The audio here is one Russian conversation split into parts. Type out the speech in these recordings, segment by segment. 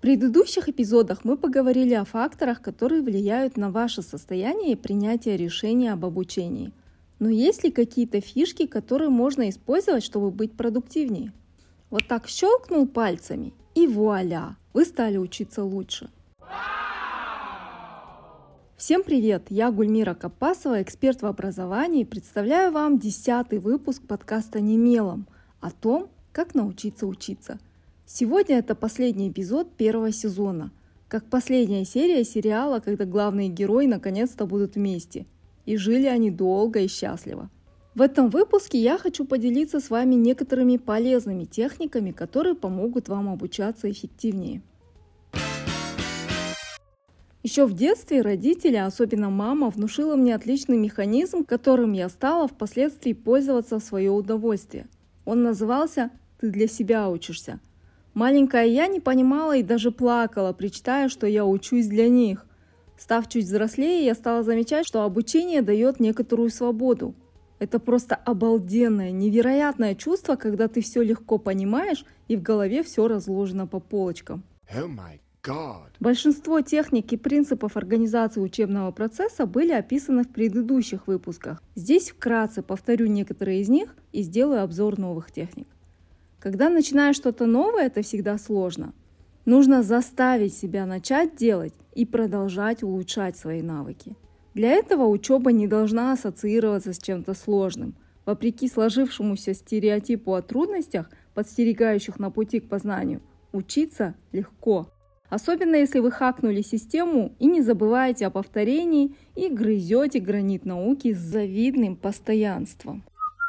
предыдущих эпизодах мы поговорили о факторах, которые влияют на ваше состояние и принятие решения об обучении. Но есть ли какие-то фишки, которые можно использовать, чтобы быть продуктивнее? Вот так щелкнул пальцами и вуаля, вы стали учиться лучше. Всем привет! Я Гульмира Капасова, эксперт в образовании, представляю вам 10-й выпуск подкаста «Немелом» о том, как научиться учиться. Сегодня это последний эпизод первого сезона, как последняя серия сериала, когда главные герои наконец-то будут вместе. И жили они долго и счастливо. В этом выпуске я хочу поделиться с вами некоторыми полезными техниками, которые помогут вам обучаться эффективнее. Еще в детстве родители, особенно мама, внушила мне отличный механизм, которым я стала впоследствии пользоваться в свое удовольствие. Он назывался «Ты для себя учишься». Маленькая я не понимала и даже плакала, причитая, что я учусь для них. Став чуть взрослее, я стала замечать, что обучение дает некоторую свободу. Это просто обалденное, невероятное чувство, когда ты все легко понимаешь и в голове все разложено по полочкам. Oh my God. Большинство техник и принципов организации учебного процесса были описаны в предыдущих выпусках. Здесь вкратце повторю некоторые из них и сделаю обзор новых техник. Когда начинаешь что-то новое, это всегда сложно. Нужно заставить себя начать делать и продолжать улучшать свои навыки. Для этого учеба не должна ассоциироваться с чем-то сложным. Вопреки сложившемуся стереотипу о трудностях, подстерегающих на пути к познанию, учиться легко. Особенно если вы хакнули систему и не забываете о повторении и грызете гранит науки с завидным постоянством.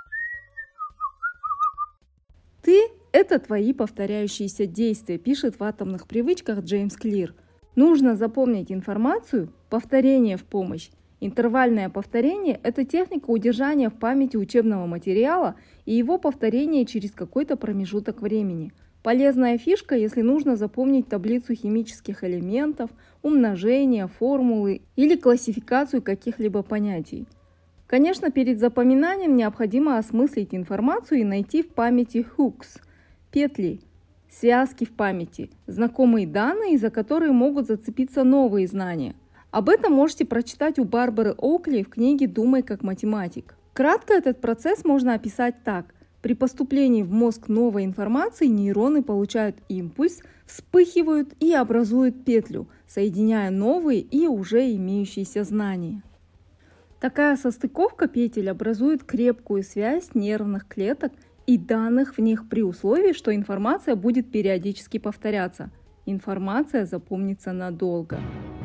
Ты – это твои повторяющиеся действия, пишет в «Атомных привычках» Джеймс Клир. Нужно запомнить информацию, повторение в помощь. Интервальное повторение – это техника удержания в памяти учебного материала и его повторения через какой-то промежуток времени. Полезная фишка, если нужно запомнить таблицу химических элементов, умножение, формулы или классификацию каких-либо понятий. Конечно, перед запоминанием необходимо осмыслить информацию и найти в памяти hooks – петли, связки в памяти, знакомые данные, за которые могут зацепиться новые знания. Об этом можете прочитать у Барбары Оукли в книге «Думай как математик». Кратко этот процесс можно описать так. При поступлении в мозг новой информации нейроны получают импульс, вспыхивают и образуют петлю, соединяя новые и уже имеющиеся знания. Такая состыковка петель образует крепкую связь нервных клеток и данных в них при условии, что информация будет периодически повторяться. Информация запомнится надолго.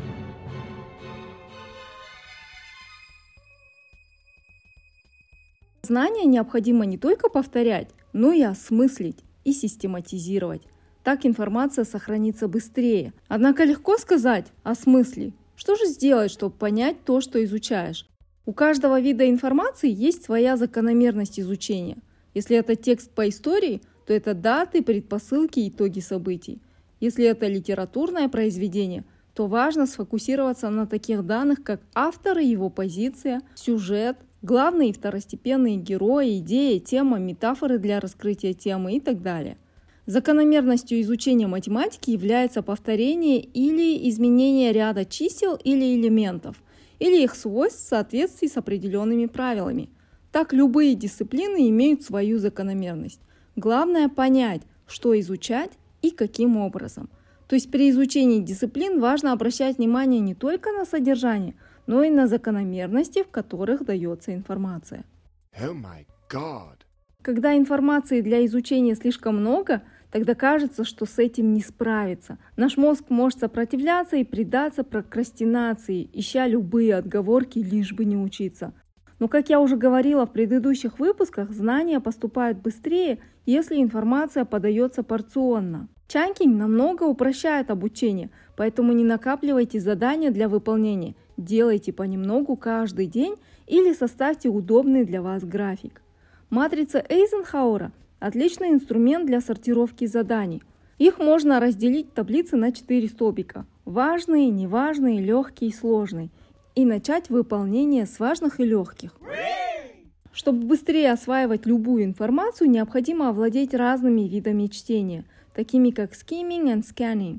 Знания необходимо не только повторять, но и осмыслить и систематизировать. Так информация сохранится быстрее. Однако легко сказать «осмысли». Что же сделать, чтобы понять то, что изучаешь? У каждого вида информации есть своя закономерность изучения. Если это текст по истории, то это даты, предпосылки, итоги событий. Если это литературное произведение, то важно сфокусироваться на таких данных, как автор и его позиция, сюжет, главные и второстепенные герои, идеи, тема, метафоры для раскрытия темы и так далее. Закономерностью изучения математики является повторение или изменение ряда чисел или элементов, или их свойств в соответствии с определенными правилами. Так любые дисциплины имеют свою закономерность. Главное понять, что изучать и каким образом. То есть при изучении дисциплин важно обращать внимание не только на содержание, но и на закономерности, в которых дается информация. Oh my God. Когда информации для изучения слишком много, тогда кажется, что с этим не справиться. Наш мозг может сопротивляться и предаться прокрастинации, ища любые отговорки, лишь бы не учиться. Но, как я уже говорила в предыдущих выпусках, знания поступают быстрее, если информация подается порционно. Чанкинг намного упрощает обучение, поэтому не накапливайте задания для выполнения. Делайте понемногу каждый день или составьте удобный для вас график. Матрица Эйзенхауэра – отличный инструмент для сортировки заданий. Их можно разделить в таблице на 4 столбика – важные, неважные, легкие и сложные – и начать выполнение с важных и легких. Чтобы быстрее осваивать любую информацию, необходимо овладеть разными видами чтения, такими как skimming и scanning.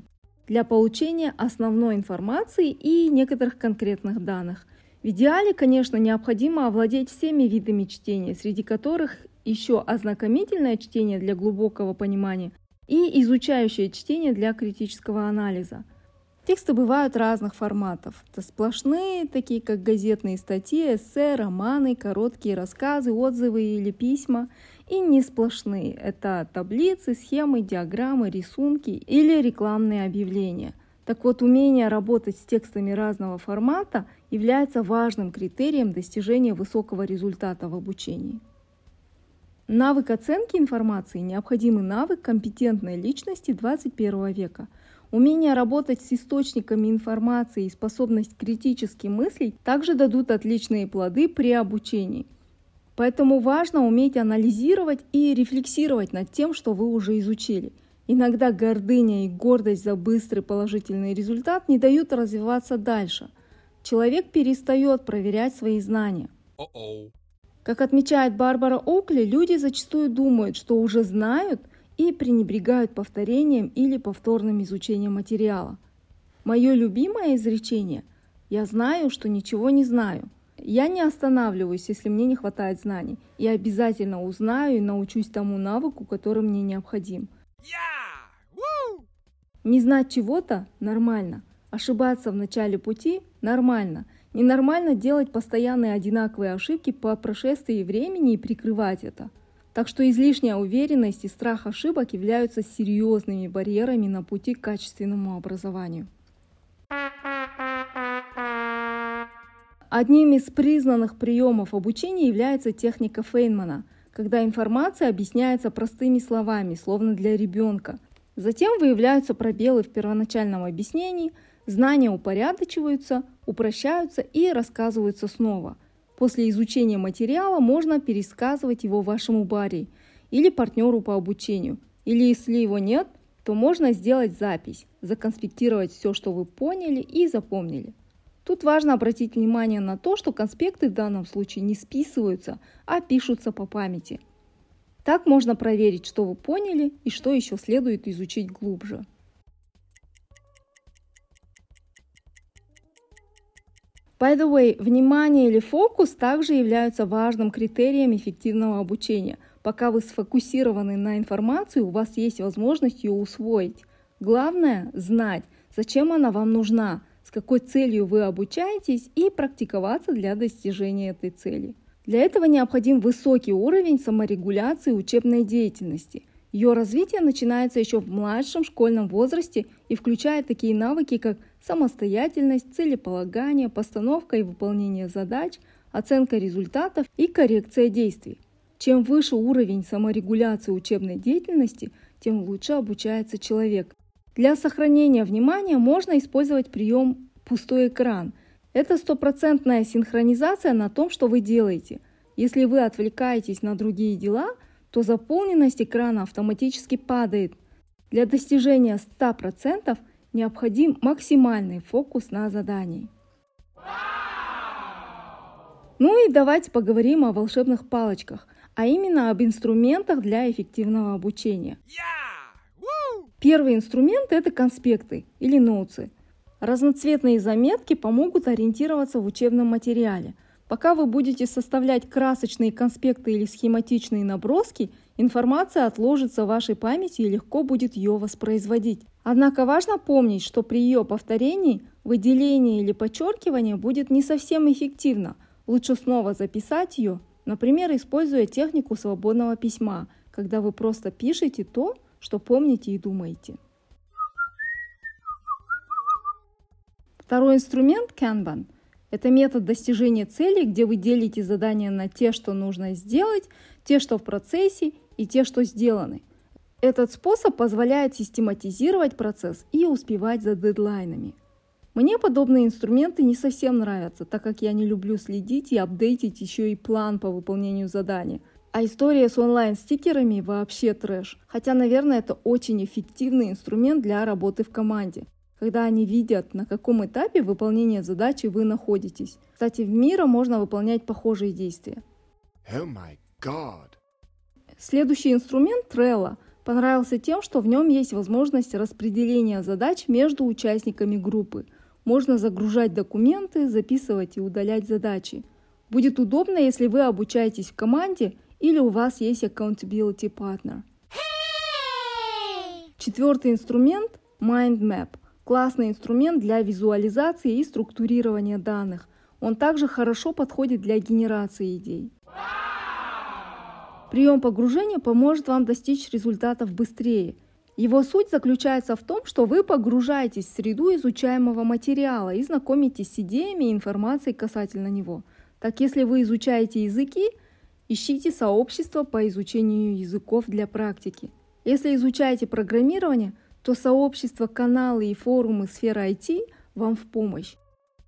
для получения основной информации и некоторых конкретных данных. В идеале, конечно, необходимо овладеть всеми видами чтения, среди которых еще ознакомительное чтение для глубокого понимания и изучающее чтение для критического анализа. Тексты бывают разных форматов. Это сплошные, такие как газетные статьи, эссе, романы, короткие рассказы, отзывы или письма. И не сплошные. Это таблицы, схемы, диаграммы, рисунки или рекламные объявления. Так вот, умение работать с текстами разного формата является важным критерием достижения высокого результата в обучении. Навык оценки информации – необходимый навык компетентной личности 21 века. Умение работать с источниками информации и способность критически мыслить также дадут отличные плоды при обучении. Поэтому важно уметь анализировать и рефлексировать над тем, что вы уже изучили. Иногда гордыня и гордость за быстрый положительный результат не дают развиваться дальше. Человек перестает проверять свои знания. Как отмечает Барбара Оукли, люди зачастую думают, что уже знают, и пренебрегают повторением или повторным изучением материала. Мое любимое изречение – «Я знаю, что ничего не знаю». Я не останавливаюсь, если мне не хватает знаний. Я обязательно узнаю и научусь тому навыку, который мне необходим. Не знать чего-то – нормально. Ошибаться в начале пути – нормально. Ненормально делать постоянные одинаковые ошибки по прошествии времени и прикрывать это. Так что излишняя уверенность и страх ошибок являются серьезными барьерами на пути к качественному образованию. Одним из признанных приемов обучения является техника Фейнмана, когда информация объясняется простыми словами, словно для ребенка. Затем выявляются пробелы в первоначальном объяснении, знания упорядочиваются, упрощаются и рассказываются снова. После изучения материала можно пересказывать его вашему баре или партнеру по обучению. Или если его нет, то можно сделать запись, законспектировать все, что вы поняли и запомнили. Тут важно обратить внимание на то, что конспекты в данном случае не списываются, а пишутся по памяти. Так можно проверить, что вы поняли и что еще следует изучить глубже. By the way, внимание или фокус также являются важным критерием эффективного обучения. Пока вы сфокусированы на информации, у вас есть возможность ее усвоить. Главное – знать, зачем она вам нужна, с какой целью вы обучаетесь и практиковаться для достижения этой цели. Для этого необходим высокий уровень саморегуляции учебной деятельности. Ее развитие начинается еще в младшем школьном возрасте и включает такие навыки, как самостоятельность, целеполагание, постановка и выполнение задач, оценка результатов и коррекция действий. Чем выше уровень саморегуляции учебной деятельности, тем лучше обучается человек. Для сохранения внимания можно использовать прием «пустой экран». Это стопроцентная синхронизация на том, что вы делаете. Если вы отвлекаетесь на другие дела, то заполненность экрана автоматически падает. Для достижения 100% необходим максимальный фокус на задании. Ну и давайте поговорим о волшебных палочках, а именно об инструментах для эффективного обучения. Первый инструмент – это конспекты или ноутсы. Разноцветные заметки помогут ориентироваться в учебном материале. Пока вы будете составлять красочные конспекты или схематичные наброски, информация отложится в вашей памяти и легко будет ее воспроизводить. Однако важно помнить, что при ее повторении выделение или подчеркивание будет не совсем эффективно. Лучше снова записать ее, например, используя технику свободного письма, когда вы просто пишете то, что помните и думаете. Второй инструмент – Kanban. Это метод достижения целей, где вы делите задания на те, что нужно сделать, те, что в процессе, и те, что сделаны. Этот способ позволяет систематизировать процесс и успевать за дедлайнами. Мне подобные инструменты не совсем нравятся, так как я не люблю следить и апдейтить еще и план по выполнению задания. А история с онлайн-стикерами вообще трэш. Хотя, наверное, это очень эффективный инструмент для работы в команде, когда они видят, на каком этапе выполнения задачи вы находитесь. Кстати, в Miro можно выполнять похожие действия. Oh my God. Следующий инструмент Trello. Понравился тем, что в нем есть возможность распределения задач между участниками группы. Можно загружать документы, записывать и удалять задачи. Будет удобно, если вы обучаетесь в команде или у вас есть accountability partner. Четвертый инструмент – Mind Map. Классный инструмент для визуализации и структурирования данных. Он также хорошо подходит для генерации идей. Прием погружения поможет вам достичь результатов быстрее. Его суть заключается в том, что вы погружаетесь в среду изучаемого материала и знакомитесь с идеями и информацией касательно него. Так, если вы изучаете языки, ищите сообщество по изучению языков для практики. Если изучаете программирование, то сообщество, каналы и форумы сферы IT вам в помощь.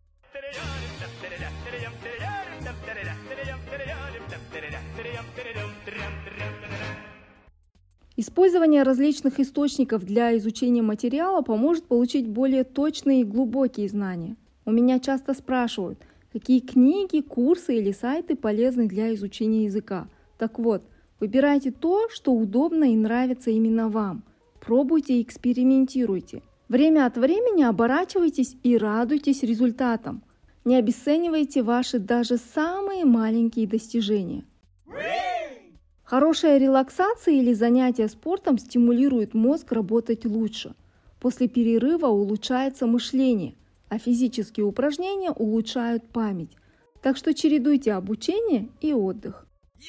Использование различных источников для изучения материала поможет получить более точные и глубокие знания. У меня часто спрашивают, какие книги, курсы или сайты полезны для изучения языка. Так вот, выбирайте то, что удобно и нравится именно вам. Пробуйте и экспериментируйте. Время от времени оборачивайтесь и радуйтесь результатам. Не обесценивайте ваши даже самые маленькие достижения. Хорошая релаксация или занятие спортом стимулирует мозг работать лучше. После перерыва улучшается мышление, а физические упражнения улучшают память. Так что чередуйте обучение и отдых.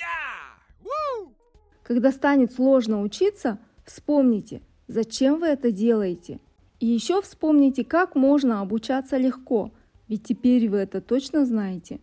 Когда станет сложно учиться, вспомните, зачем вы это делаете. И еще вспомните, как можно обучаться легко, ведь теперь вы это точно знаете.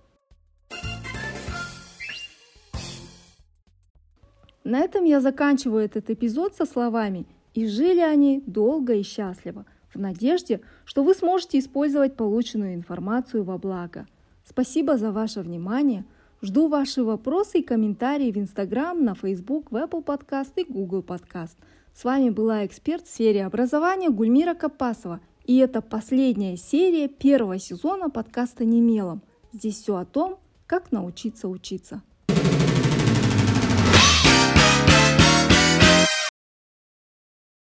На этом я заканчиваю этот эпизод со словами «И жили они долго и счастливо», в надежде, что вы сможете использовать полученную информацию во благо. Спасибо за ваше внимание. Жду ваши вопросы и комментарии в Instagram, на Facebook, в Apple Podcast и Google Podcast. С вами была эксперт в сфере образования Гульмира Капасова. И это последняя серия первого сезона подкаста «Немелом». Здесь все о том, как научиться учиться.